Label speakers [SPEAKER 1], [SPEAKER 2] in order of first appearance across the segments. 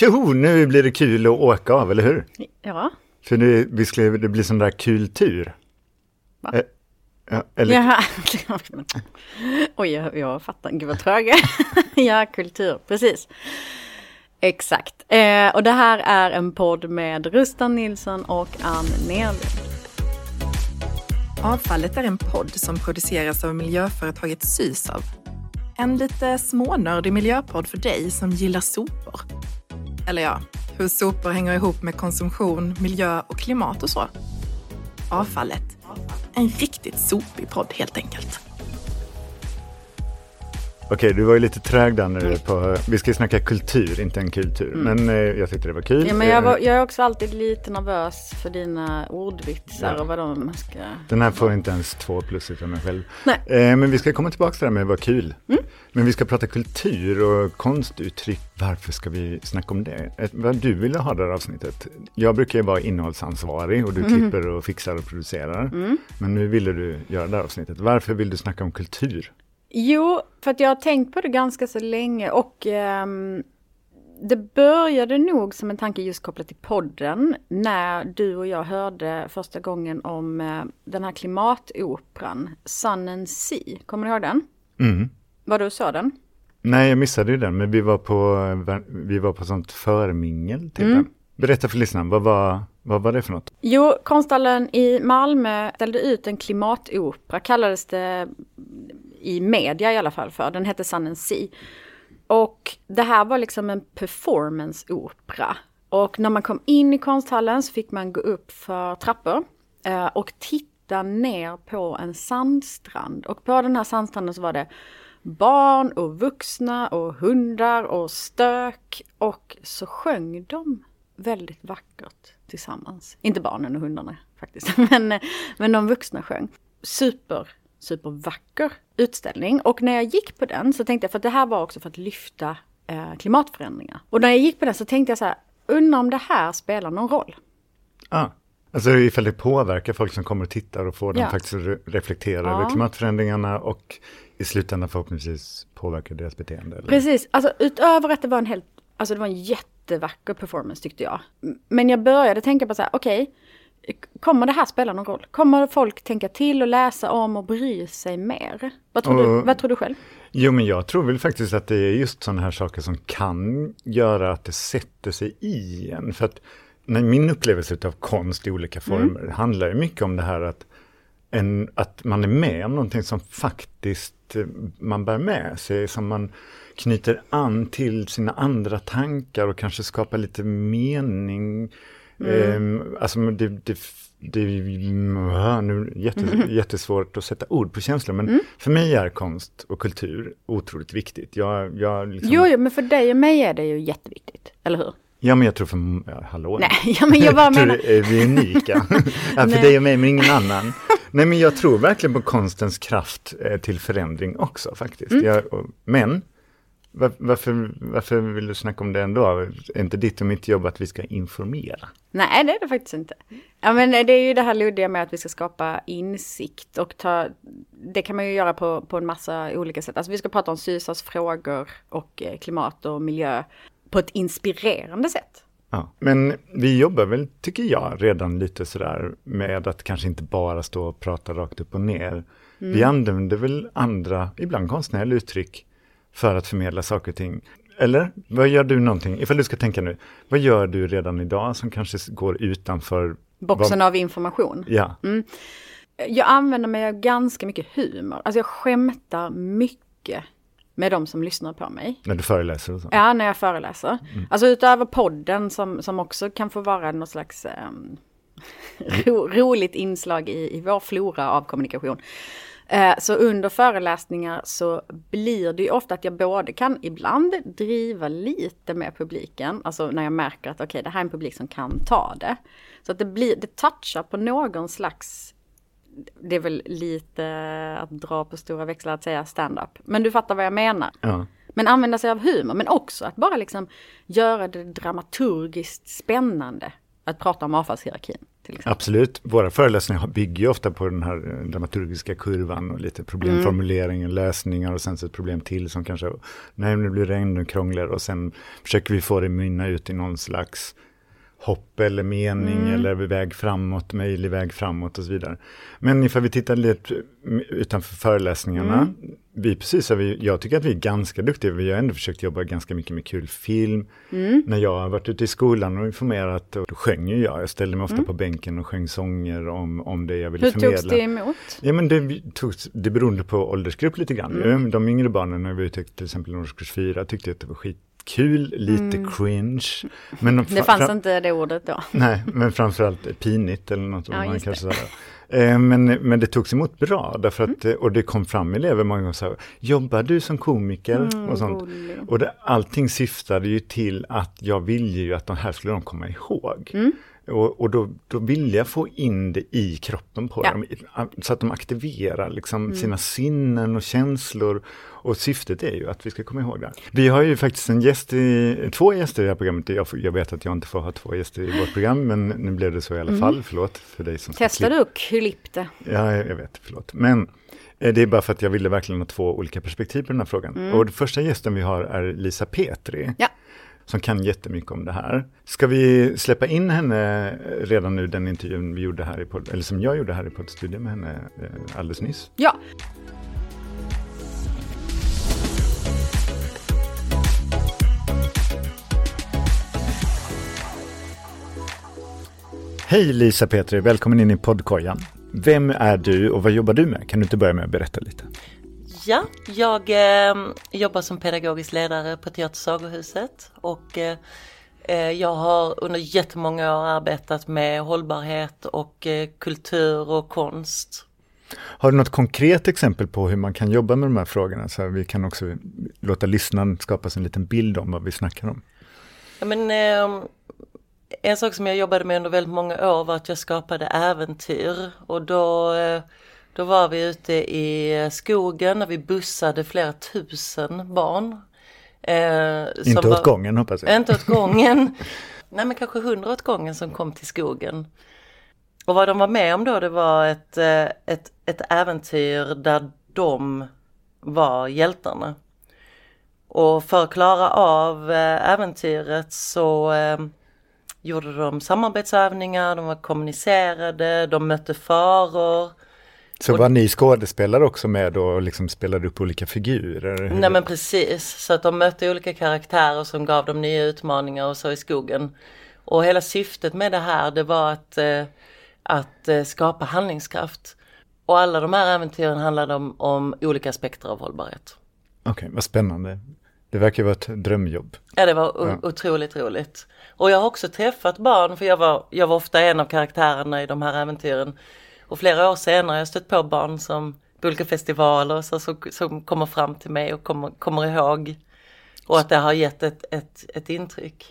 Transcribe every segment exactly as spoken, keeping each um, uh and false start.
[SPEAKER 1] Jo, nu blir det kul att åka av, eller hur?
[SPEAKER 2] Ja.
[SPEAKER 1] För det, vi skulle, det blir sån där kul tur.
[SPEAKER 2] Va?
[SPEAKER 1] Eh, ja, eller...
[SPEAKER 2] Jaha. Oj, jag, jag fattar. Gud vad trög. Ja, kultur. Precis. Exakt. Eh, och det här är en podd med Rustan Nilsson och Ann Nerlund.
[SPEAKER 3] Avfallet är en podd som produceras av miljöföretaget Sysav. En lite smånördig miljöpodd för dig som gillar sopor. Eller ja, hur sopor hänger ihop med konsumtion, miljö och klimat och så. Avfallet. En riktigt sopig podd helt enkelt.
[SPEAKER 1] Okej, du var ju lite trög där nu på, vi ska snacka kultur, inte en kultur. Mm. Men eh, jag tyckte det var kul.
[SPEAKER 2] Ja, men jag, var, jag är också alltid lite nervös för dina ordvitsar ja. Och vad de ska...
[SPEAKER 1] Den här får inte ens två plus utan mig själv. Nej. Eh, men vi ska komma tillbaka till det här med vad kul. Mm. Men vi ska prata kultur och konstuttryck. Varför ska vi snacka om det? Ett, vad du ville ha det här avsnittet. Jag brukar ju vara innehållsansvarig och du mm. klipper och fixar och producerar. Mm. Men nu ville du göra det här avsnittet. Varför vill du snacka om kultur?
[SPEAKER 2] Jo, för att jag har tänkt på det ganska så länge och eh, det började nog som en tanke just kopplat till podden när du och jag hörde första gången om eh, den här klimatoperan Sun and Sea. Kommer du ihåg den?
[SPEAKER 1] Mm.
[SPEAKER 2] Var du så den?
[SPEAKER 1] Nej, jag missade ju den, men vi var på, vi var på sånt förmingel till mm. den. Berätta för lyssnarna, vad var, vad var det för något?
[SPEAKER 2] Jo, Konsthallen i Malmö ställde ut en klimatopera, kallades det i media i alla fall för. Den hette Sun and Sea. Och det här var liksom en performanceopera. Och när man kom in i konsthallen så fick man gå upp för trappor eh, och titta ner på en sandstrand. Och på den här sandstranden så var det barn och vuxna och hundar och stök. Och så sjöng de väldigt vackert tillsammans. Inte barnen och hundarna faktiskt, men, men de vuxna sjöng. Super supervacker utställning. Och när jag gick på den så tänkte jag, för att det här var också för att lyfta eh, klimatförändringar. Och när jag gick på den så tänkte jag så här, undrar om det här spelar någon roll.
[SPEAKER 1] Ah, alltså ifall det påverkar folk som kommer och tittar och får dem
[SPEAKER 2] ja.
[SPEAKER 1] faktiskt re- reflektera ja. över klimatförändringarna och i slutändan förhoppningsvis påverkar deras beteende. Eller?
[SPEAKER 2] Precis, alltså utöver att det var en helt, alltså det var en jättevacker performance tyckte jag. Men jag började tänka på så här, okej, okay, kommer det här spela någon roll? Kommer folk tänka till och läsa om och bry sig mer? Vad tror, och, du, vad tror du själv?
[SPEAKER 1] Jo, men jag tror väl faktiskt att det är just sådana här saker som kan göra att det sätter sig i en. För att när min upplevelse av konst i olika former mm. handlar ju mycket om det här att, en, att man är med om någonting som faktiskt man bär med sig. Som man knyter an till sina andra tankar och kanske skapar lite mening. Mm. Um, alltså det, det, det är nu jätte, mm. jättesvårt att sätta ord på känslor, men mm. för mig är konst och kultur otroligt viktigt. Jag, jag liksom...
[SPEAKER 2] Jo, jo, men för dig och mig är det ju jätteviktigt, eller hur?
[SPEAKER 1] Ja, men jag tror för... Ja, hallå.
[SPEAKER 2] Nej, ja, men jag bara menar...
[SPEAKER 1] tror vi är unika. Ja, för dig och mig, men ingen annan. Nej, men jag tror verkligen på konstens kraft eh, till förändring också, faktiskt. Mm. Jag, och, men... Var, varför, varför vill du snacka om det ändå? Är inte ditt och mitt jobb att vi ska informera?
[SPEAKER 2] Nej, det är det faktiskt inte. Ja, men det är ju det här luddiga med att vi ska skapa insikt och ta, det kan man ju göra på, på en massa olika sätt. Alltså vi ska prata om Sysas frågor och klimat och miljö på ett inspirerande sätt.
[SPEAKER 1] Ja, men vi jobbar väl, tycker jag, redan lite sådär med att kanske inte bara stå och prata rakt upp och ner. Mm. Vi använder väl andra, ibland konstnärliga uttryck för att förmedla saker och ting. Eller, vad gör du någonting? Ifall du ska tänka nu, vad gör du redan idag som kanske går utanför...
[SPEAKER 2] boxen
[SPEAKER 1] vad...
[SPEAKER 2] av information?
[SPEAKER 1] Ja.
[SPEAKER 2] Mm. Jag använder mig av ganska mycket humor. Alltså jag skämtar mycket med de som lyssnar på mig.
[SPEAKER 1] När du föreläser och så?
[SPEAKER 2] Ja, när jag föreläser. Mm. Alltså utöver podden som, som också kan få vara något slags um, ro, roligt inslag i, i vår flora av kommunikation. Så under föreläsningar så blir det ju ofta att jag både kan ibland driva lite med publiken. Alltså när jag märker att okej, okay, det här är en publik som kan ta det. Så att det blir, det touchar på någon slags, det är väl lite att dra på stora växlar att säga stand-up. Men du fattar vad jag menar.
[SPEAKER 1] Ja.
[SPEAKER 2] Men använda sig av humor, men också att bara liksom göra det dramaturgiskt spännande att prata om avfallshierarkin. till exempel.
[SPEAKER 1] Absolut. Våra föreläsningar bygger ju ofta på den här dramaturgiska kurvan och lite problemformuleringen, mm. läsningar och sen så ett problem till som kanske, nej nu blir det ännu krångligare och sen försöker vi få det mynna ut i någon slags hopp eller mening mm. eller väg framåt, möjlig väg framåt och så vidare. Men ifall vi tittar lite utanför föreläsningarna, mm. vi precis har vi, jag tycker att vi är ganska duktiga, vi har ändå försökt jobba ganska mycket med kul film. Mm. När jag har varit ute i skolan och informerat, då sjöng ju jag, jag ställde mig ofta mm. på bänken och sjöng sånger om, om det jag ville
[SPEAKER 2] Hur
[SPEAKER 1] förmedla.
[SPEAKER 2] Hur togs det emot?
[SPEAKER 1] Ja men det, togs, det berodde på åldersgrupp lite grann. Mm. De yngre barnen, när vi tyckte till exempel i årskurs fyra, tyckte att det var skit kul, lite mm. cringe. Men de,
[SPEAKER 2] det fanns inte det ordet då.
[SPEAKER 1] Nej, men framförallt pinigt eller något. Ja, man kanske eh, men, men det togs emot bra. Därför att, mm. Och det kom fram elever många gånger och sa, jobbar du som komiker? Mm, och sånt. Rolig. Och det, allting syftade ju till att jag ville ju att de här skulle de komma ihåg. Mm. Och, och då, då vill jag få in det i kroppen på ja. dem. Så att de aktiverar liksom mm. sina sinnen och känslor. Och syftet är ju att vi ska komma ihåg det. Vi har ju faktiskt en gäst i, två gäster i det här programmet. Jag, jag vet att jag inte får ha två gäster i vårt program, men nu blev det så i alla fall. Mm. Förlåt för dig som
[SPEAKER 2] Testar du och klipp det?
[SPEAKER 1] Ja, jag vet. Förlåt. Men det är bara för att jag ville verkligen ha två olika perspektiv på den här frågan. Mm. Och den första gästen vi har är Lisa Petri. Ja. Som kan jättemycket om det här. Ska vi släppa in henne redan nu, den intervjun vi gjorde här i podd, eller som jag gjorde här i poddstudion med henne alldeles nyss?
[SPEAKER 2] Ja.
[SPEAKER 1] Hej Lisa Petri, välkommen in i poddkojan. Vem är du och vad jobbar du med? Kan du inte börja med att berätta lite?
[SPEAKER 4] Ja, jag eh, jobbar som pedagogisk ledare på Teater- och Sagohuset och eh, jag har under jättemånga år arbetat med hållbarhet och eh, kultur och konst.
[SPEAKER 1] Har du något konkret exempel på hur man kan jobba med de här frågorna så vi kan också låta lyssnaren skapa sig en liten bild om vad vi snackar om?
[SPEAKER 4] Ja, men, eh, en sak som jag jobbade med under väldigt många år var att jag skapade äventyr och då... Eh, Då var vi ute i skogen och vi bussade flera tusen barn.
[SPEAKER 1] Eh, inte åt var, gången hoppas jag.
[SPEAKER 4] Inte åt gången. Nej men kanske hundra åt gången som kom till skogen. Och vad de var med om då det var ett, ett, ett äventyr där de var hjältarna. Och för att klara av äventyret så eh, gjorde de samarbetsövningar, de var kommunicerade, de mötte faror.
[SPEAKER 1] Så var ni skådespelare också med då och liksom spelade upp olika figurer?
[SPEAKER 4] Nej men precis, så att de mötte olika karaktärer som gav dem nya utmaningar och så i skogen. Och hela syftet med det här det var att, eh, att eh, skapa handlingskraft. Och alla de här äventyren handlade om, om olika aspekter av hållbarhet.
[SPEAKER 1] Okej, okay, vad spännande. Det verkar vara ett drömjobb.
[SPEAKER 4] Ja, det var o- ja. otroligt roligt. Och jag har också träffat barn, för jag var, jag var ofta en av karaktärerna i de här äventyren. Och flera år senare har jag stött på barn som på olika festivaler så, så, som kommer fram till mig och kommer, kommer ihåg. Och att det har gett ett, ett, ett intryck.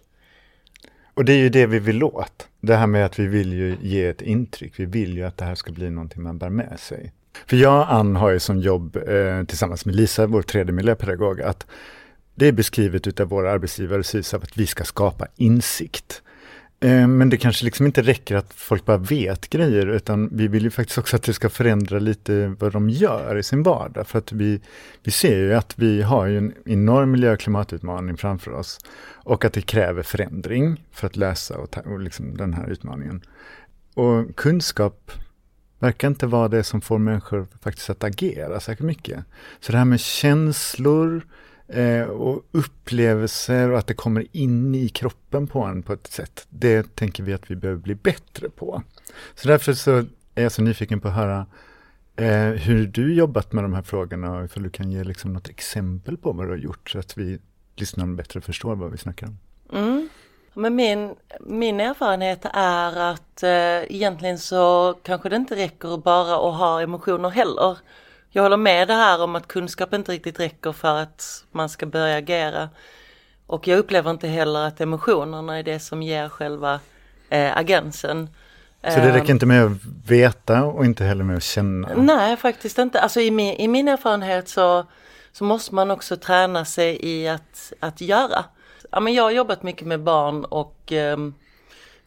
[SPEAKER 1] Och det är ju det vi vill åt. Det här med att vi vill ju ge ett intryck. Vi vill ju att det här ska bli någonting man bär med sig. För jag och Ann har ju som jobb eh, tillsammans med Lisa, vår tredje miljöpedagog, att det är beskrivet utav våra arbetsgivare SYSAV att vi ska skapa insikt. Men det kanske liksom inte räcker att folk bara vet grejer, utan vi vill ju faktiskt också att det ska förändra lite vad de gör i sin vardag. För att vi, vi ser ju att vi har ju en enorm miljö- och klimatutmaning framför oss och att det kräver förändring för att lösa och ta, och liksom den här utmaningen. Och kunskap verkar inte vara det som får människor faktiskt att agera särskilt mycket. Så det här med känslor Eh, och upplevelser och att det kommer in i kroppen på en på ett sätt. Det tänker vi att vi behöver bli bättre på. Så därför så är jag så nyfiken på att höra eh, hur du jobbat med de här frågorna och ifall du kan ge liksom något exempel på vad du har gjort så att vi lyssnarna bättre förstår vad vi snackar om.
[SPEAKER 4] Mm. Men min, min erfarenhet är att eh, egentligen så kanske det inte räcker bara att ha emotioner heller. Jag håller med det här om att kunskap inte riktigt räcker för att man ska börja agera. Och jag upplever inte heller att emotionerna är det som ger själva eh, agensen.
[SPEAKER 1] Så det räcker inte med att veta och inte heller med att känna?
[SPEAKER 4] Nej, faktiskt inte. Alltså i min, i min erfarenhet så, så måste man också träna sig i att, att göra. Ja, men jag har jobbat mycket med barn och eh,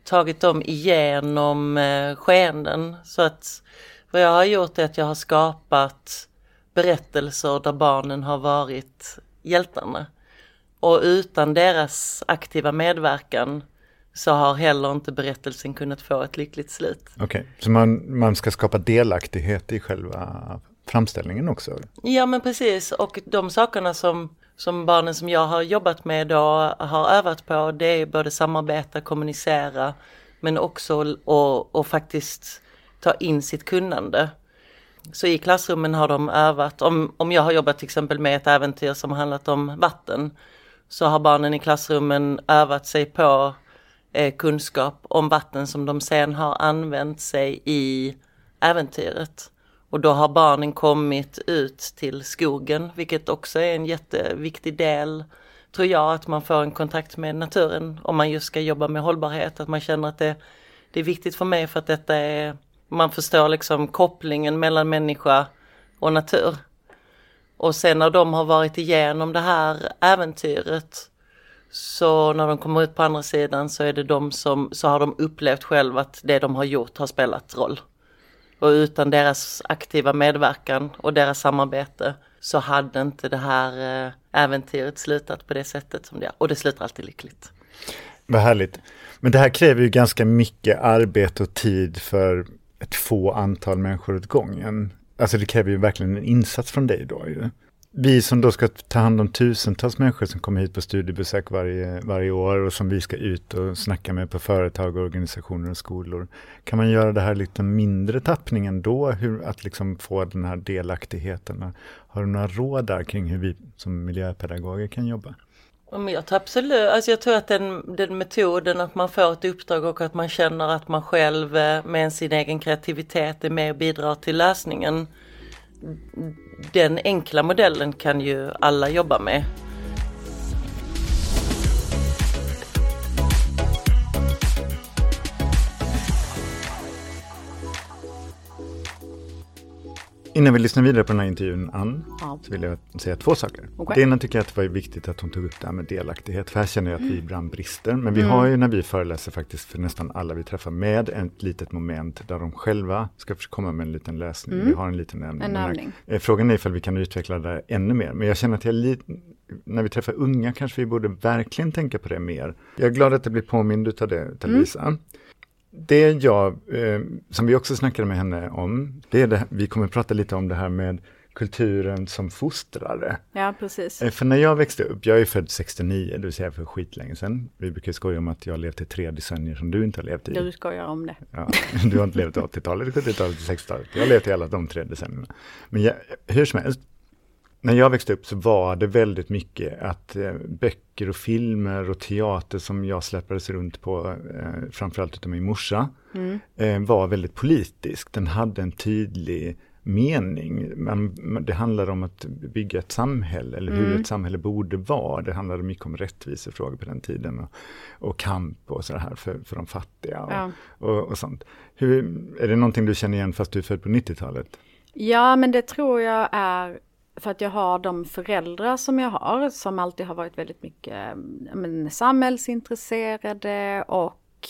[SPEAKER 4] tagit dem igenom eh, skeenden. Så att vad jag har gjort är att jag har skapat berättelser där barnen har varit hjältarna. Och utan deras aktiva medverkan så har heller inte berättelsen kunnat få ett lyckligt slut.
[SPEAKER 1] Okej, okay. Så man, man ska skapa delaktighet i själva framställningen också? Ja,
[SPEAKER 4] men precis. Och de sakerna som, som barnen som jag har jobbat med och har övat på, det är både samarbeta, kommunicera, men också och, och faktiskt ta in sitt kunnande. Så i klassrummen har de övat, om, om jag har jobbat till exempel med ett äventyr som har handlat om vatten, så har barnen i klassrummen övat sig på eh, kunskap om vatten som de sen har använt sig i äventyret. Och då har barnen kommit ut till skogen, vilket också är en jätteviktig del, tror jag, att man får en kontakt med naturen om man just ska jobba med hållbarhet. Att man känner att det, det är viktigt för mig för att detta är, man förstår liksom kopplingen mellan människa och natur. Och sen när de har varit igenom det här äventyret, så när de kommer ut på andra sidan så är det de som, så har de upplevt själv att det de har gjort har spelat roll. Och utan deras aktiva medverkan och deras samarbete så hade inte det här äventyret slutat på det sättet som det är. Och det slutar alltid lyckligt.
[SPEAKER 1] Vad härligt. Men det här kräver ju ganska mycket arbete och tid för ett få antal människor åt gången. Alltså det kräver ju verkligen en insats från dig då ju. Vi som då ska ta hand om tusentals människor som kommer hit på studiebesök varje, varje år och som vi ska ut och snacka med på företag, organisationer och skolor. Kan man göra det här lite mindre tappningen då? Hur, att liksom få den här delaktigheten? Har du några råd där kring hur vi som miljöpedagoger kan jobba?
[SPEAKER 4] Jag tror absolut, alltså jag tror att den, den metoden att man får ett uppdrag och att man känner att man själv med sin egen kreativitet är med och bidrar till lösningen. Den enkla modellen kan ju alla jobba med.
[SPEAKER 1] Innan vi lyssnar vidare på den här intervjun, Ann,
[SPEAKER 2] ja.
[SPEAKER 1] så vill jag säga två saker. Okay. Det ena tycker jag att det var viktigt att hon tog upp det här med delaktighet. För här känner jag att vi ibland brister. Men vi mm. har ju när vi föreläser faktiskt för nästan alla vi träffar med ett litet moment där de själva ska komma med en liten lösning. Mm. Vi har en liten övning.
[SPEAKER 2] En övning.
[SPEAKER 1] Här, frågan är ifall vi kan utveckla det ännu mer. Men jag känner att jag li- när vi träffar unga kanske vi borde verkligen tänka på det mer. Jag är glad att det blir påmind av det, utav Lisa. Mm. Det jag, eh, som vi också snackade med henne om, det är det, vi kommer att prata lite om det här med kulturen som fostrare.
[SPEAKER 2] Ja, precis.
[SPEAKER 1] Eh, för när jag växte upp, jag är född sextionio, det vill säga för skitlänge sedan. Vi brukar skoja om att jag har levt i tre decennier som du inte har levt i.
[SPEAKER 2] Du skojar om det.
[SPEAKER 1] Ja, du har inte levt i åttiotalet, sjuttiotalet, sextiotalet. Jag har levt i alla de tre decennierna. Men jag, hur som helst, när jag växte upp så var det väldigt mycket att eh, böcker och filmer och teater som jag släppades runt på, eh, framförallt utav min morsa, mm. eh, var väldigt politisk. Den hade en tydlig mening. Man, man, det handlade om att bygga ett samhälle, eller hur mm. ett samhälle borde vara. Det handlade mycket om rättvisefrågor på den tiden och, och kamp och så här för, för de fattiga och, ja. och, och sånt. Hur, är det någonting du känner igen fast du är född på nittiotalet?
[SPEAKER 2] Ja, men det tror jag är för att jag har de föräldrar som jag har, som alltid har varit väldigt mycket men, samhällsintresserade och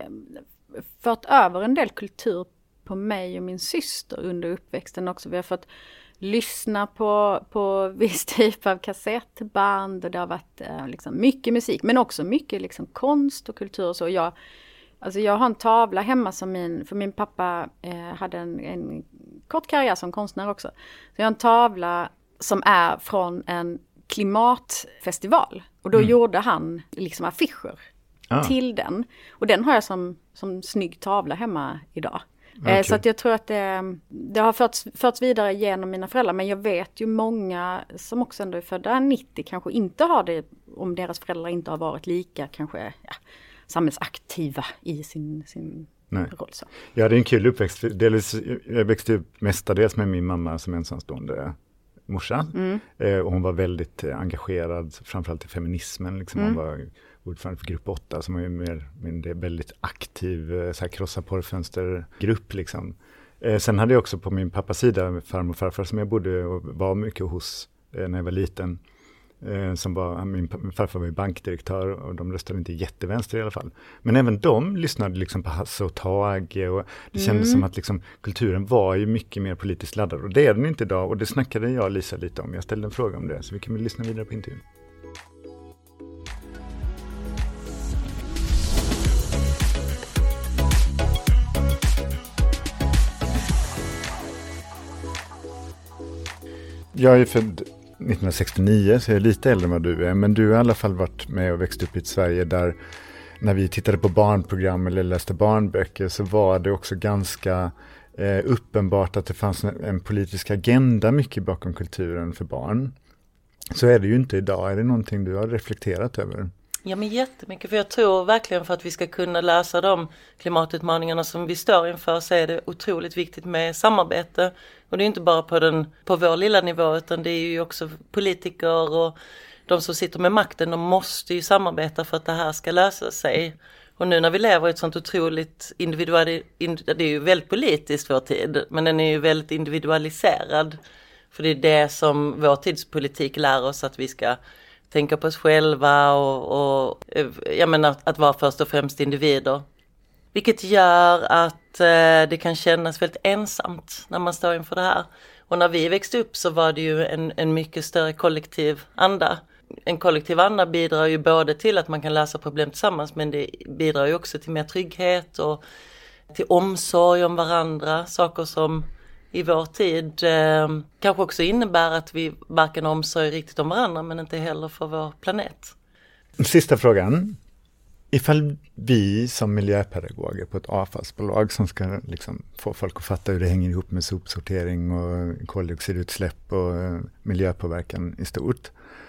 [SPEAKER 2] fört över en del kultur på mig och min syster under uppväxten också. Vi har fått lyssna på, på viss typ av kassettband och det har varit eh, liksom mycket musik, men också mycket liksom konst och kultur och så. Jag, alltså jag har en tavla hemma som min, för min pappa eh, hade en, en kort karriär som konstnär också. Så jag har en tavla som är från en klimatfestival. Och då mm. gjorde han liksom affischer ah. till den. Och den har jag som, som snygg tavla hemma idag. Okay. Eh, så att jag tror att det, det har förts, förts vidare genom mina föräldrar. Men jag vet ju många som också ändå är födda nittio kanske inte har det, om deras föräldrar inte har varit lika kanske ja, samhällsaktiva i sin, sin roll. Så.
[SPEAKER 1] Ja, det är en kul uppväxt. Dels, jag växte upp mestadels med min mamma som ensamstående morsa. Mm. Eh, och hon var väldigt eh, engagerad, framförallt i feminismen. Liksom. Mm. Hon var ordförande för grupp åtta som är mer, mer väldigt aktiv eh, så här krossa porrfönstergrupp. Liksom. Eh, sen hade jag också på min pappas sida farmor och farfar som jag bodde och var mycket hos eh, när jag var liten. Eh, som var, min, min farfar var ju bankdirektör och de röstade inte jättevänster i alla fall. Men även de lyssnade liksom på Hasse och Tage och det kändes mm. som att liksom, kulturen var ju mycket mer politiskt laddad. Och det är den inte idag och det snackade jag och Lisa lite om. Jag ställde en fråga om det så vi kan väl lyssna vidare på intervjun. Jag är född nittonhundrasextionio så jag är lite äldre än vad du är. Men du har i alla fall varit med och växt upp i ett Sverige där när vi tittade på barnprogram eller läste barnböcker så var det också ganska eh, uppenbart att det fanns en, en politisk agenda mycket bakom kulturen för barn. Så är det ju inte idag. Är det någonting du har reflekterat över?
[SPEAKER 4] Ja, men jättemycket. För jag tror verkligen för att vi ska kunna lösa de klimatutmaningarna som vi står inför så är det otroligt viktigt med samarbete. Och det är inte bara på, den, på vår lilla nivå utan det är ju också politiker och de som sitter med makten. De måste ju samarbeta för att det här ska lösa sig. Och nu när vi lever i ett sånt otroligt individuellt, det är ju väldigt politiskt vår tid, men den är ju väldigt individualiserad. För det är det som vår tidspolitik lär oss att vi ska tänka på oss själva och, och jag menar att vara först och främst individer. Vilket gör att eh, det kan kännas väldigt ensamt när man står inför det här. Och när vi växte upp så var det ju en, en mycket större kollektiv anda. En kollektiv anda bidrar ju både till att man kan lösa problem tillsammans men det bidrar ju också till mer trygghet och till omsorg om varandra. Saker som i vår tid eh, kanske också innebär att vi varken omsorg riktigt om varandra men inte heller för vår planet.
[SPEAKER 1] Sista frågan. Ifall vi som miljöpedagoger på ett avfallsbolag som ska liksom få folk att fatta hur det hänger ihop med sopsortering och koldioxidutsläpp och miljöpåverkan i stort.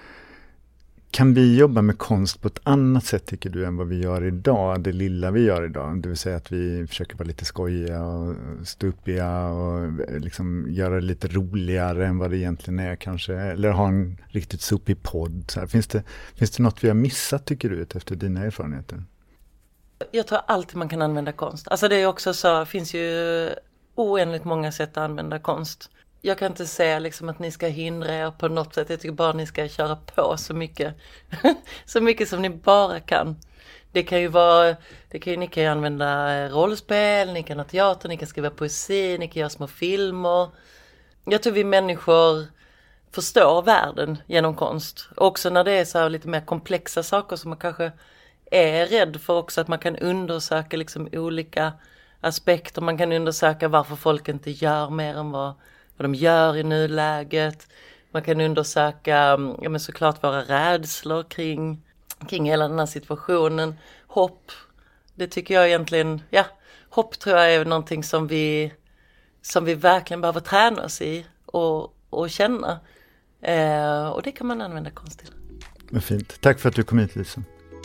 [SPEAKER 1] Kan vi jobba med konst på ett annat sätt tycker du än vad vi gör idag, det lilla vi gör idag? Det vill säga att vi försöker vara lite skojiga och stupiga och liksom göra det lite roligare än vad det egentligen är kanske. Eller ha en riktigt sopig podd. Så här. Finns det, finns det något vi har missat tycker du efter dina erfarenheter?
[SPEAKER 4] Jag tror alltid man kan använda konst. Alltså det är också så, finns ju oändligt många sätt att använda konst. Jag kan inte säga liksom att ni ska hindra er på något sätt. Jag tycker bara att ni ska köra på så mycket. så mycket som ni bara kan. Det kan ju vara, det kan ju, ni kan ju använda rollspel, ni kan ha teater, ni kan skriva poesi, ni kan göra små filmer. Jag tror vi människor förstår världen genom konst. Också när det är så här lite mer komplexa saker som man kanske är rädd för också. Att man kan undersöka liksom olika aspekter. Man kan undersöka varför folk inte gör mer än vad vad de gör i nuläget. Man kan undersöka ja, men såklart våra rädslor kring, kring hela den här situationen. Hopp, det tycker jag egentligen, ja, hopp tror jag är någonting som vi, som vi verkligen behöver träna oss i och, och känna. Eh, och det kan man använda konst till.
[SPEAKER 1] Vad fint. Tack för att du kom hit, Lisa.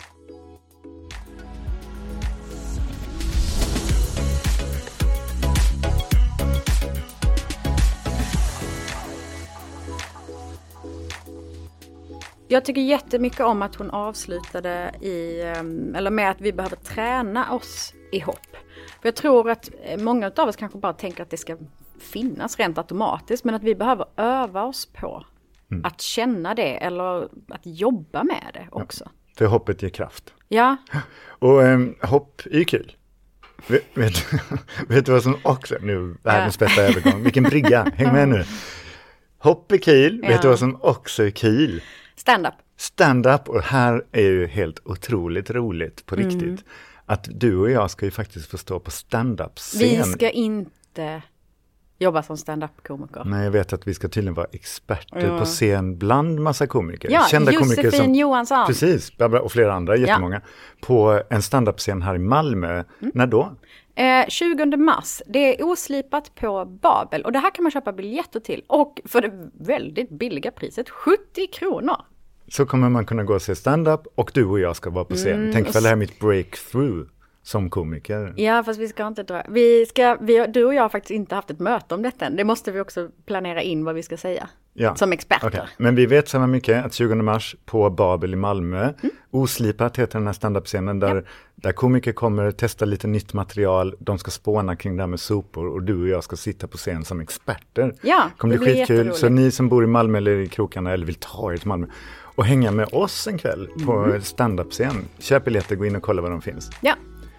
[SPEAKER 2] Jag tycker jättemycket om att hon avslutade i, eller med att vi behöver träna oss i hopp. För jag tror att många av oss kanske bara tänker att det ska finnas rent automatiskt. Men att vi behöver öva oss på mm. att känna det eller att jobba med det också. Ja,
[SPEAKER 1] för hoppet ger kraft.
[SPEAKER 2] Ja.
[SPEAKER 1] Och ähm, hopp är ju kul. Vet, vet, vet du vad som också, nu världens ja. bästa övergång. Vilken brygga, häng med nu. Hopp är kul, ja. Vet du vad som också är kul?
[SPEAKER 2] Stand-up.
[SPEAKER 1] Stand-up, och här är ju helt otroligt roligt på riktigt. Mm. Att du och jag ska ju faktiskt få stå på stand-up-scen.
[SPEAKER 2] Vi ska inte jobba som stand-up-komiker.
[SPEAKER 1] Nej, jag vet att vi ska tydligen vara experter ja. på scen bland massa komiker.
[SPEAKER 2] Ja,
[SPEAKER 1] kända
[SPEAKER 2] Josefin
[SPEAKER 1] komiker som,
[SPEAKER 2] Johansson.
[SPEAKER 1] Precis, och flera andra, jättemånga. Ja. På en stand-up-scen här i Malmö. Mm. När då?
[SPEAKER 2] Eh, tjugonde mars. Det är oslipat på Babel. Och det här kan man köpa biljetter till. Och för det väldigt billiga priset, sjuttio kronor.
[SPEAKER 1] Så kommer man kunna gå och se stand-up och du och jag ska vara på scen. Mm, Tänk väl det här mitt breakthrough som komiker.
[SPEAKER 2] Ja, fast vi ska inte dra. Vi ska, vi, du och jag har faktiskt inte haft ett möte om detta än. Det måste vi också planera in vad vi ska säga.
[SPEAKER 1] Ja.
[SPEAKER 2] Som experter.
[SPEAKER 1] Okay. Men vi vet så här mycket att tjugonde mars på Babel i Malmö,
[SPEAKER 2] mm.
[SPEAKER 1] Oslipat heter den här standup-scenen där, ja. där komiker kommer testa lite nytt material, de ska spåna kring det här med sopor och du och jag ska sitta på scen som experter.
[SPEAKER 2] Ja,
[SPEAKER 1] kommer det blir skitkul. Så ni som bor i Malmö eller i krokarna eller vill ta er till Malmö och hänga med oss en kväll mm. på standup-scen. Köp biljetter, gå in och kolla var de finns.
[SPEAKER 2] Ja.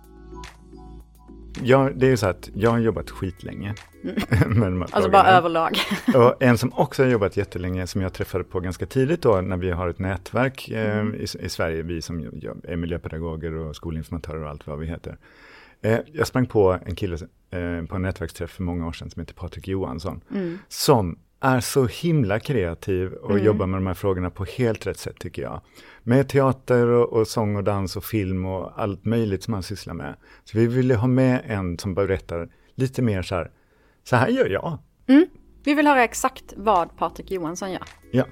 [SPEAKER 1] Ja, det är ju så att jag har jobbat skitlänge.
[SPEAKER 2] Mm.
[SPEAKER 1] med de här
[SPEAKER 2] alltså bara överlag.
[SPEAKER 1] Och en som också har jobbat jättelänge som jag träffade på ganska tidigt då när vi har ett nätverk eh,
[SPEAKER 2] mm.
[SPEAKER 1] i, i Sverige, vi som är miljöpedagoger och skolinformatörer och allt vad vi heter. Eh, jag sprang på en kille eh, på en nätverksträff för många år sedan som heter Patrik Johansson
[SPEAKER 2] mm.
[SPEAKER 1] som är så himla kreativ och mm. jobbar med de här frågorna på helt rätt sätt tycker jag. Med teater och, och sång och dans och film och allt möjligt som han sysslar med. Så vi ville ha med en som berättar lite mer så här, så här gör jag.
[SPEAKER 2] Mm. Vi vill höra exakt vad Patrik Johansson gör.
[SPEAKER 1] Ja.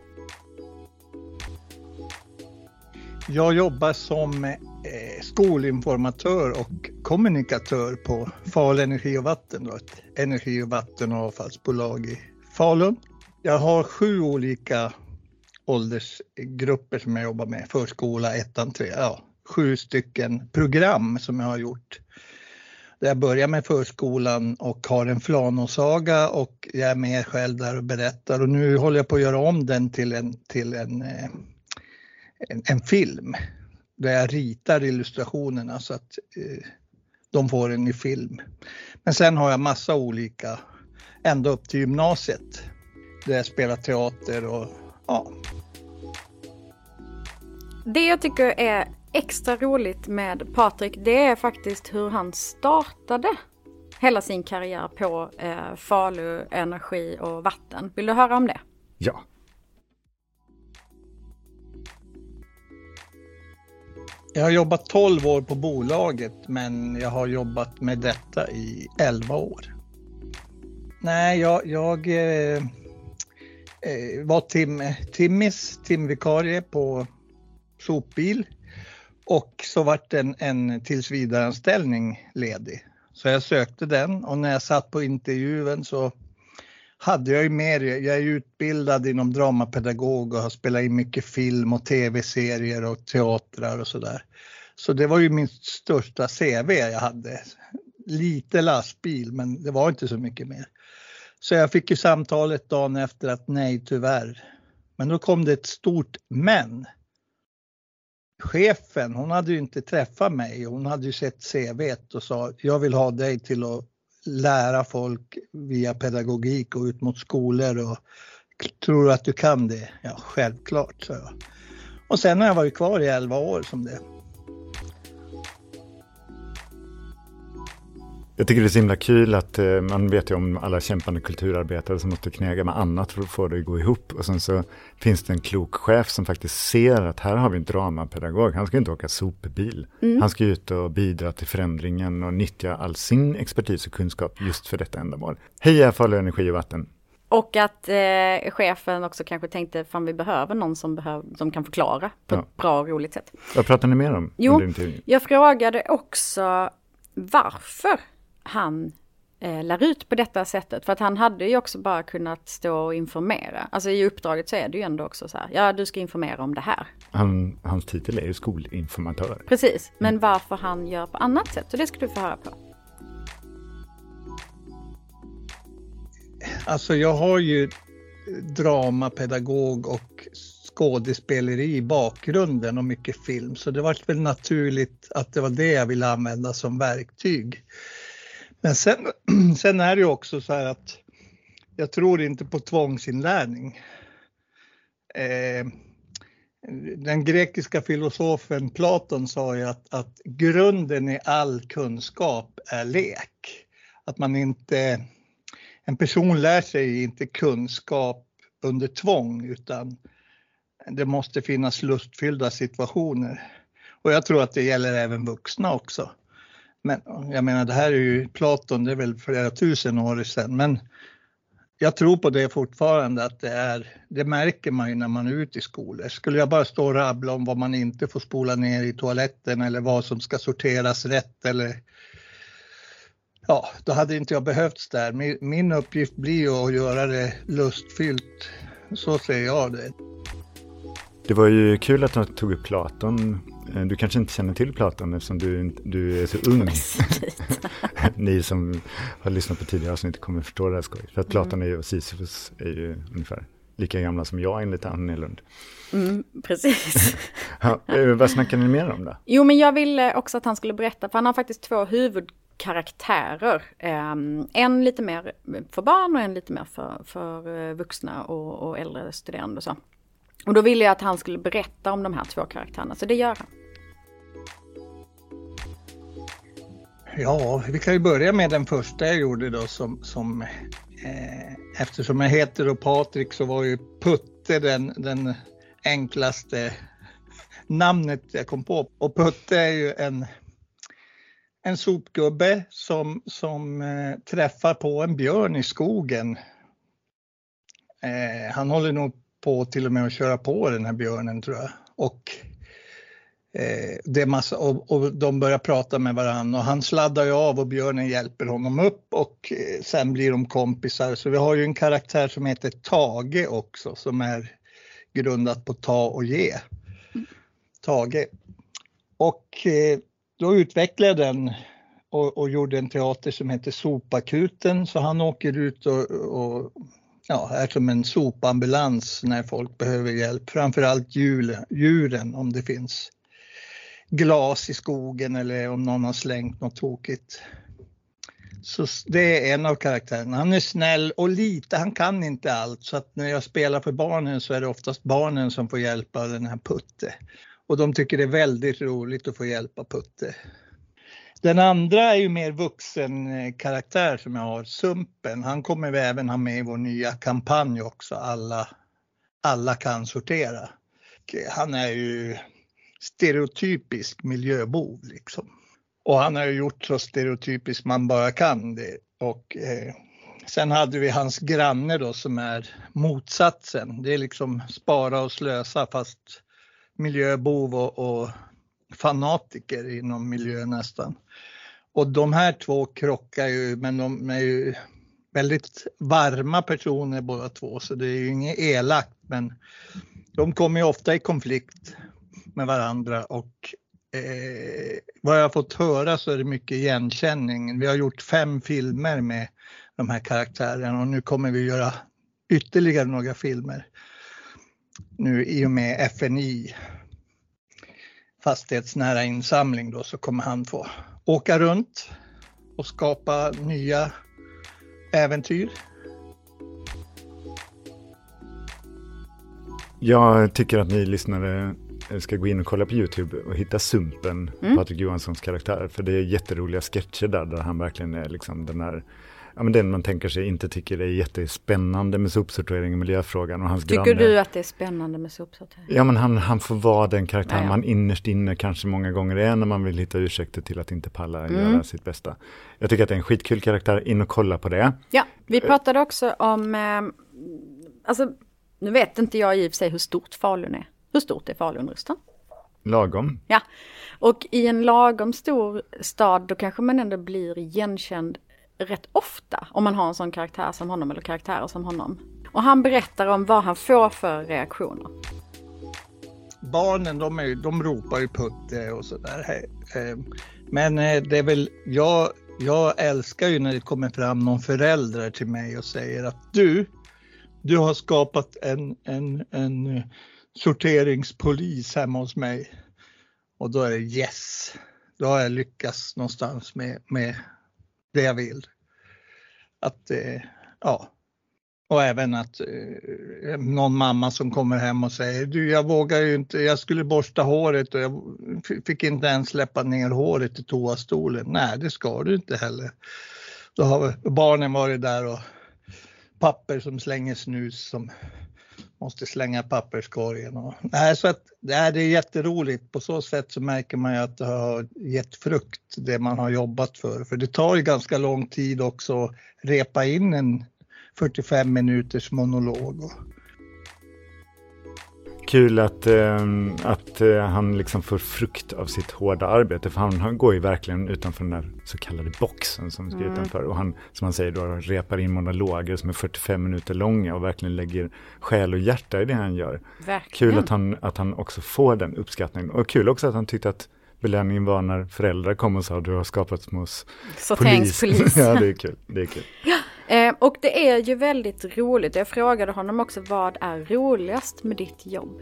[SPEAKER 5] Jag jobbar som eh, skolinformatör och kommunikatör på Falu Energi och Vatten, då, ett energi- och vatten- och avfallsbolag i Falun. Jag har sju olika åldersgrupper som jag jobbar med, förskola, ettan, tre, ja, sju stycken program som jag har gjort. Där jag börjar med förskolan och har en flanosaga och jag är med själv där och berättar. Och nu håller jag på att göra om den till en, till en, en, en film. Där jag ritar illustrationerna så att eh, de får en i film. Men sen har jag massa olika, ända upp till gymnasiet. Där jag spelar teater och ja.
[SPEAKER 2] Det jag tycker är extra roligt med Patrik, det är faktiskt hur han startade hela sin karriär på eh, Falu Energi och Vatten. Vill du höra om det?
[SPEAKER 1] Ja.
[SPEAKER 5] Jag har jobbat tolv år på bolaget, men jag har jobbat med detta i elva år. Nej, jag, jag eh, eh, var tim, timmis, timvikarie på sopbil. Och så vart en, en tillsvidareanställning ledig. Så jag sökte den och när jag satt på intervjun så hade jag ju mer, jag är utbildad inom dramapedagog och har spelat in mycket film och tv-serier och teatrar och sådär. Så det var ju min största C V jag hade. Lite lastbil, men det var inte så mycket mer. Så jag fick ju samtalet dagen efter att nej, tyvärr. Men då kom det ett stort men. Chefen, hon hade ju inte träffat mig. Hon hade ju sett C V:t och sa, jag vill ha dig till att lära folk via pedagogik och ut mot skolor. Och tror du att du kan det? Ja, självklart, sa jag. Och sen har jag varit kvar i elva år som det.
[SPEAKER 1] Jag tycker det är så himla kul att eh, man vet ju om alla kämpande kulturarbetare som måste knäga med annat för att få det att gå ihop. Och sen så finns det en klok chef som faktiskt ser att här har vi en dramapedagog. Han ska inte åka sopbil. Mm. Han ska ut och bidra till förändringen och nyttja all sin expertis och kunskap just för detta ändamål. Heja Falu Energi och Vatten!
[SPEAKER 2] Och att eh, chefen också kanske tänkte, fan vi behöver någon som, behöver, som kan förklara på ja. ett bra och roligt sätt.
[SPEAKER 1] Vad pratar ni mer om?
[SPEAKER 2] Jo, jag frågade också varför han eh, lär ut på detta sättet. För att han hade ju också bara kunnat stå och informera. Alltså i uppdraget så är det ju ändå också så här, ja du ska informera om det här.
[SPEAKER 1] Han, hans titel är ju skolinformatör.
[SPEAKER 2] Precis, men varför han gör på annat sätt, så det ska du få höra på.
[SPEAKER 5] Alltså jag har ju dramapedagog och skådespeleri i bakgrunden och mycket film. Så det var väl naturligt att det var det jag ville använda som verktyg. Men sen, sen är det ju också så här att jag tror inte på tvångsinlärning. Eh, den grekiska filosofen Platon sa ju att, att grunden i all kunskap är lek. Att man inte, en person lär sig inte kunskap under tvång, utan det måste finnas lustfyllda situationer. Och jag tror att det gäller även vuxna också. Men jag menar, det här är ju Platon, det är väl flera tusen år sedan. Men jag tror på det fortfarande, att det är, det märker man ju när man är ute i skolor. Skulle jag bara stå och rabbla om vad man inte får spola ner i toaletten eller vad som ska sorteras rätt eller ja, då hade inte jag behövts där. Min, min uppgift blir ju att göra det lustfyllt. Så ser jag det.
[SPEAKER 1] Det var ju kul att de tog upp Platon. Du kanske inte känner till Platon eftersom du, du är så ung. Ni som har lyssnat på tidigare avsnitt kommer förstå det här skoj. För att Platon är ju, och Sisyfos är ju ungefär lika gamla som jag enligt Anne Lund.
[SPEAKER 2] Mm, precis.
[SPEAKER 1] Ja, vad snackar ni mer om då?
[SPEAKER 2] Jo, men jag ville också att han skulle berätta, för han har faktiskt två huvudkaraktärer. Um, en lite mer för barn och en lite mer för, för vuxna och, och äldre studerande och så. Och då ville jag att han skulle berätta om de här två karaktärerna, så det gör han.
[SPEAKER 5] Ja, vi kan ju börja med den första jag gjorde då som, som eh, eftersom jag heter då Patrik så var ju Putte den, den enklaste namnet jag kom på. Och Putte är ju en, en sopgubbe som, som eh, träffar på en björn i skogen. Eh, han håller nog på till och med att köra på den här björnen tror jag. Och, eh, det är massa, och, och de börjar prata med varandra och han sladdar ju av och björnen hjälper honom upp och eh, sen blir de kompisar. Så vi har ju en karaktär som heter Tage också som är grundat på ta och ge. Tage. Och eh, då utvecklade jag den och, och gjorde en teater som heter Sopakuten. Så han åker ut och, och ja, är som en sopambulans när folk behöver hjälp. Framförallt djur, djuren om det finns glas i skogen eller om någon har slängt något tokigt. Så det är en av karaktärerna. Han är snäll och lite, han kan inte allt. Så att när jag spelar för barnen så är det oftast barnen som får hjälpa den här Putte. Och de tycker det är väldigt roligt att få hjälpa Putte. Den andra är ju mer vuxen karaktär som jag har, Sumpen. Han kommer vi även ha med i vår nya kampanj också, alla, alla kan sortera. Han är ju stereotypisk miljöbov liksom. Och han har ju gjort så stereotypiskt man bara kan det. Och eh, sen hade vi hans granne då som är motsatsen. Det är liksom spara och slösa fast miljöbov och, och fanatiker inom miljö nästan. Och de här två krockar ju, men de är ju väldigt varma personer båda två. Så det är ju inget elakt, men de kommer ju ofta i konflikt med varandra. Och eh, vad jag har fått höra så är det mycket igenkänning. Vi har gjort fem filmer med de här karaktärerna och nu kommer vi göra ytterligare några filmer. Nu i och med F N I, fastighetsnära insamling då, så kommer han få åka runt och skapa nya äventyr.
[SPEAKER 1] Jag tycker att ni lyssnare ska gå in och kolla på YouTube och hitta Sumpen, mm. Patrik Johanssons karaktär. För det är jätteroliga sketcher där, där han verkligen är liksom den här, ja, men den man tänker sig inte tycker det är jättespännande med sopsortering och miljöfrågan. Och hans
[SPEAKER 2] tycker
[SPEAKER 1] granne,
[SPEAKER 2] du att det är spännande med sopsortering?
[SPEAKER 1] Ja, men han, han får vara den karaktär
[SPEAKER 2] ja, ja.
[SPEAKER 1] man innerst inne kanske många gånger är när man vill hitta ursäkter till att inte palla mm. göra sitt bästa. Jag tycker att det är en skitkul karaktär, in och kolla på det.
[SPEAKER 2] Ja, vi pratade också om, eh, alltså nu vet inte jag i och för sig hur stort Falun är. Hur stort är Falun, Rustan?
[SPEAKER 1] Lagom.
[SPEAKER 2] Ja, och i en lagom stor stad då kanske man ändå blir igenkänd rätt ofta om man har en sån karaktär som honom eller karaktärer som honom. Och han berättar om vad han får för reaktioner.
[SPEAKER 5] Barnen de, är, de ropar ju Putte och sådär. Men det är väl, jag, jag älskar ju när det kommer fram någon förälder till mig och säger att du, du har skapat en, en, en sorteringspolis hemma hos mig. Och då är det yes. Då har jag lyckats någonstans med, med det jag vill. Att, eh, ja. Och även att eh, någon mamma som kommer hem och säger du, jag vågar ju inte, jag skulle borsta håret och jag fick inte ens släppa ner håret i toastolen. Nej, det ska du inte heller. Då har barnen varit där och papper som slänger snus som måste slänga papperskorgen. Och, nej, så att, nej, det är jätteroligt. På så sätt så märker man ju att det har gett frukt, det man har jobbat för. För det tar ju ganska lång tid också att repa in en fyrtiofem minuters monolog.
[SPEAKER 1] kul att, eh, att eh, han liksom får frukt av sitt hårda arbete. För han, han går ju verkligen utanför den där så kallade boxen som ska mm. utanför. Och han, som han säger då, repar in monologer som är fyrtiofem minuter långa och verkligen lägger själ och hjärta i det han gör.
[SPEAKER 2] Verkligen.
[SPEAKER 1] Kul att han, att han också får den uppskattningen. Och kul också att han tyckte att belöningen var när föräldrar kom och sa du har skapat små
[SPEAKER 2] polis. polis.
[SPEAKER 1] Ja, det är kul. Det är kul.
[SPEAKER 2] Ja. Eh, och det är ju väldigt roligt. Jag frågade honom också, vad är roligast med ditt jobb?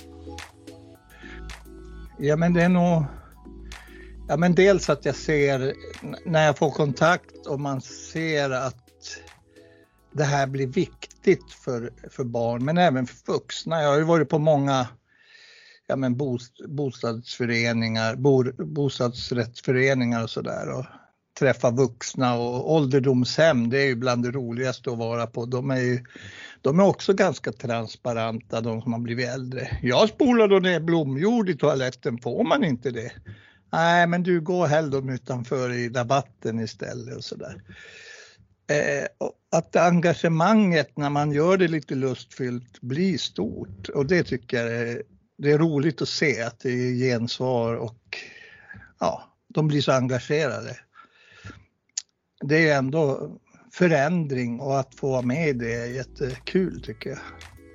[SPEAKER 5] Ja, men det är nog... Ja, men dels att jag ser, när jag får kontakt och man ser att det här blir viktigt för, för barn, men även för vuxna. Jag har ju varit på många ja, men bost, bostadsföreningar, bo, bostadsrättsföreningar och sådär och träffa vuxna och ålderdomshem, det är ju bland det roligaste att vara på. De är ju de är också ganska transparenta, de som har blivit äldre. Jag spolade ner blomjord i toaletten, får man inte det? Nej, men du går häll dem utanför i rabatten istället och sådär. Eh, och att engagemanget när man gör det lite lustfyllt blir stort, och det tycker jag är, det är roligt att se att det är gensvar och ja, de blir så engagerade. Det är ändå förändring, och att få vara med i det är jättekul tycker jag.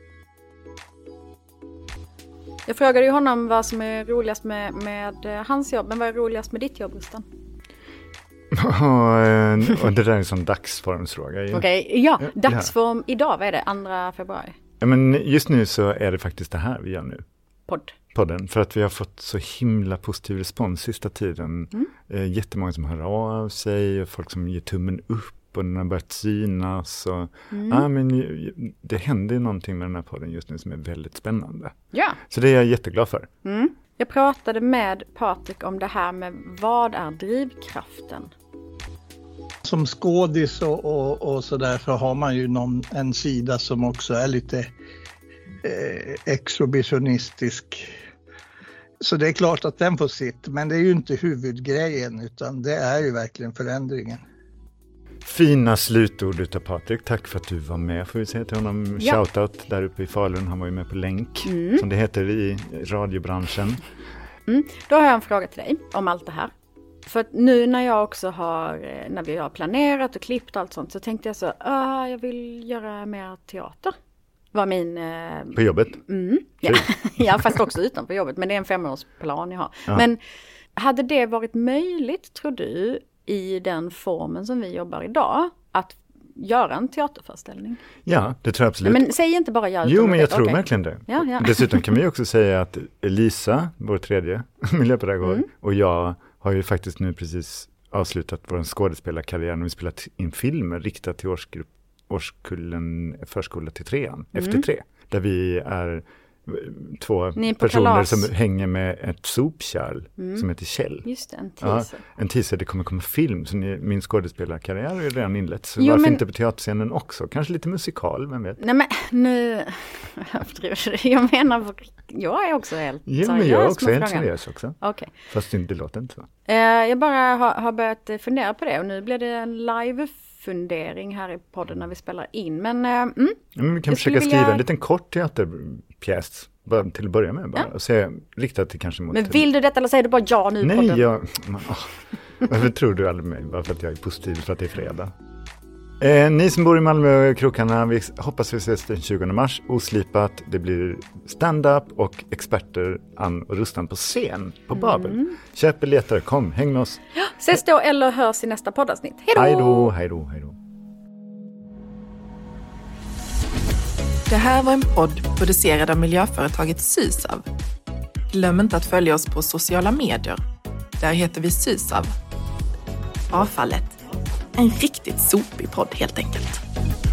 [SPEAKER 2] Jag frågade ju honom vad som är roligast med, med hans jobb, men vad är roligast med ditt jobb, Rustan?
[SPEAKER 1] Och det där är en sån dagsformsfråga.
[SPEAKER 2] Okej, okay, ja, dagsform ja. Idag, vad är det? andra februari?
[SPEAKER 1] Ja, men just nu så är det faktiskt det här vi gör nu.
[SPEAKER 2] Podd.
[SPEAKER 1] Podden, för att vi har fått så himla positiv respons sista tiden. Mm. Eh, jättemånga som hör av sig och folk som ger tummen upp och den har börjat synas. Och, mm. ja, men det händer någonting med den här podden just nu som är väldigt spännande. Ja. Så det är jag jätteglad för.
[SPEAKER 2] Mm. Jag pratade med Patrik om det här med vad är drivkraften?
[SPEAKER 5] Som skådis och, och, och sådär så har man ju någon, en sida som också är lite eh, exhibitionistisk. Så det är klart att den får sitt, men det är ju inte huvudgrejen utan det är ju verkligen förändringen.
[SPEAKER 1] Fina slutord utav Patrik. Tack för att du var med, får vi säga till honom. Ja. Shoutout där uppe i Falun. Han var ju med på länk, mm. som det heter i radiobranschen.
[SPEAKER 2] Mm. Då har jag en fråga till dig om allt det här. För att nu när jag också har, när vi har planerat och klippt och allt sånt, så tänkte jag så, ah, jag vill göra mer teater. Var min... Eh,
[SPEAKER 1] på jobbet?
[SPEAKER 2] Mm, ja. ja, fast också utanför jobbet. Men det är en femårsplan jag har. Ja. Men hade det varit möjligt, tror du, i den formen som vi jobbar idag, att göra en teaterföreställning?
[SPEAKER 1] Ja, det tror jag absolut.
[SPEAKER 2] Men säg inte bara ja.
[SPEAKER 1] Jo, men jag tror okay. verkligen det.
[SPEAKER 2] Ja, ja.
[SPEAKER 1] Dessutom kan vi också säga att Elisa, vår tredje miljöpedagog, mm. och jag har ju faktiskt nu precis avslutat vår skådespelarkarriär när vi spelat in filmer riktat till årsgrupp, årskullen förskola till trean, mm. efter tre. Där vi är två personer kalas. Som hänger med ett sopkärl mm. som heter Kjell.
[SPEAKER 2] Just det, en teaser.
[SPEAKER 1] Ja, en teaser, det kommer komma film. Så ni, min skådespelarkarriär är redan inlett. Så
[SPEAKER 2] jo,
[SPEAKER 1] varför
[SPEAKER 2] men...
[SPEAKER 1] inte på teaterscenen också? Kanske lite musikal, vem vet?
[SPEAKER 2] Nej men nu... jag menar, jag är också helt
[SPEAKER 1] ja, seriös. Men jag är också helt seriös också.
[SPEAKER 2] Okay.
[SPEAKER 1] Fast det låter inte så.
[SPEAKER 2] Uh, jag bara har, har börjat fundera på det och nu blir det en live fundering här i podden när vi spelar in. Men, uh, mm,
[SPEAKER 1] ja, men vi kan försöka vilja... skriva en liten kort teaterpjäs bara till att börja med. Bara. Ja. Och se, riktat till kanske mot...
[SPEAKER 2] Men vill du detta eller säger du bara ja nu?
[SPEAKER 1] Nej,
[SPEAKER 2] podden?
[SPEAKER 1] jag... Oh, varför tror du aldrig mig? Bara för att jag är positiv för att det är fredag. Eh, ni som bor i Malmö och krokarna, vi hoppas vi ses den tjugonde mars. Oslipat, det blir stand-up och experter Ann och Rustan på scen på Babel. Mm. Köp biljetter, kom, häng med oss.
[SPEAKER 2] Ja, ses då eller hörs i nästa poddavsnitt. Hej då!
[SPEAKER 1] Hej då, hej då, hej då.
[SPEAKER 3] Det här var en podd producerad av miljöföretaget Sysav. Glöm inte att följa oss på sociala medier. Där heter vi Sysav. Avfallet. En riktigt sopig podd helt enkelt.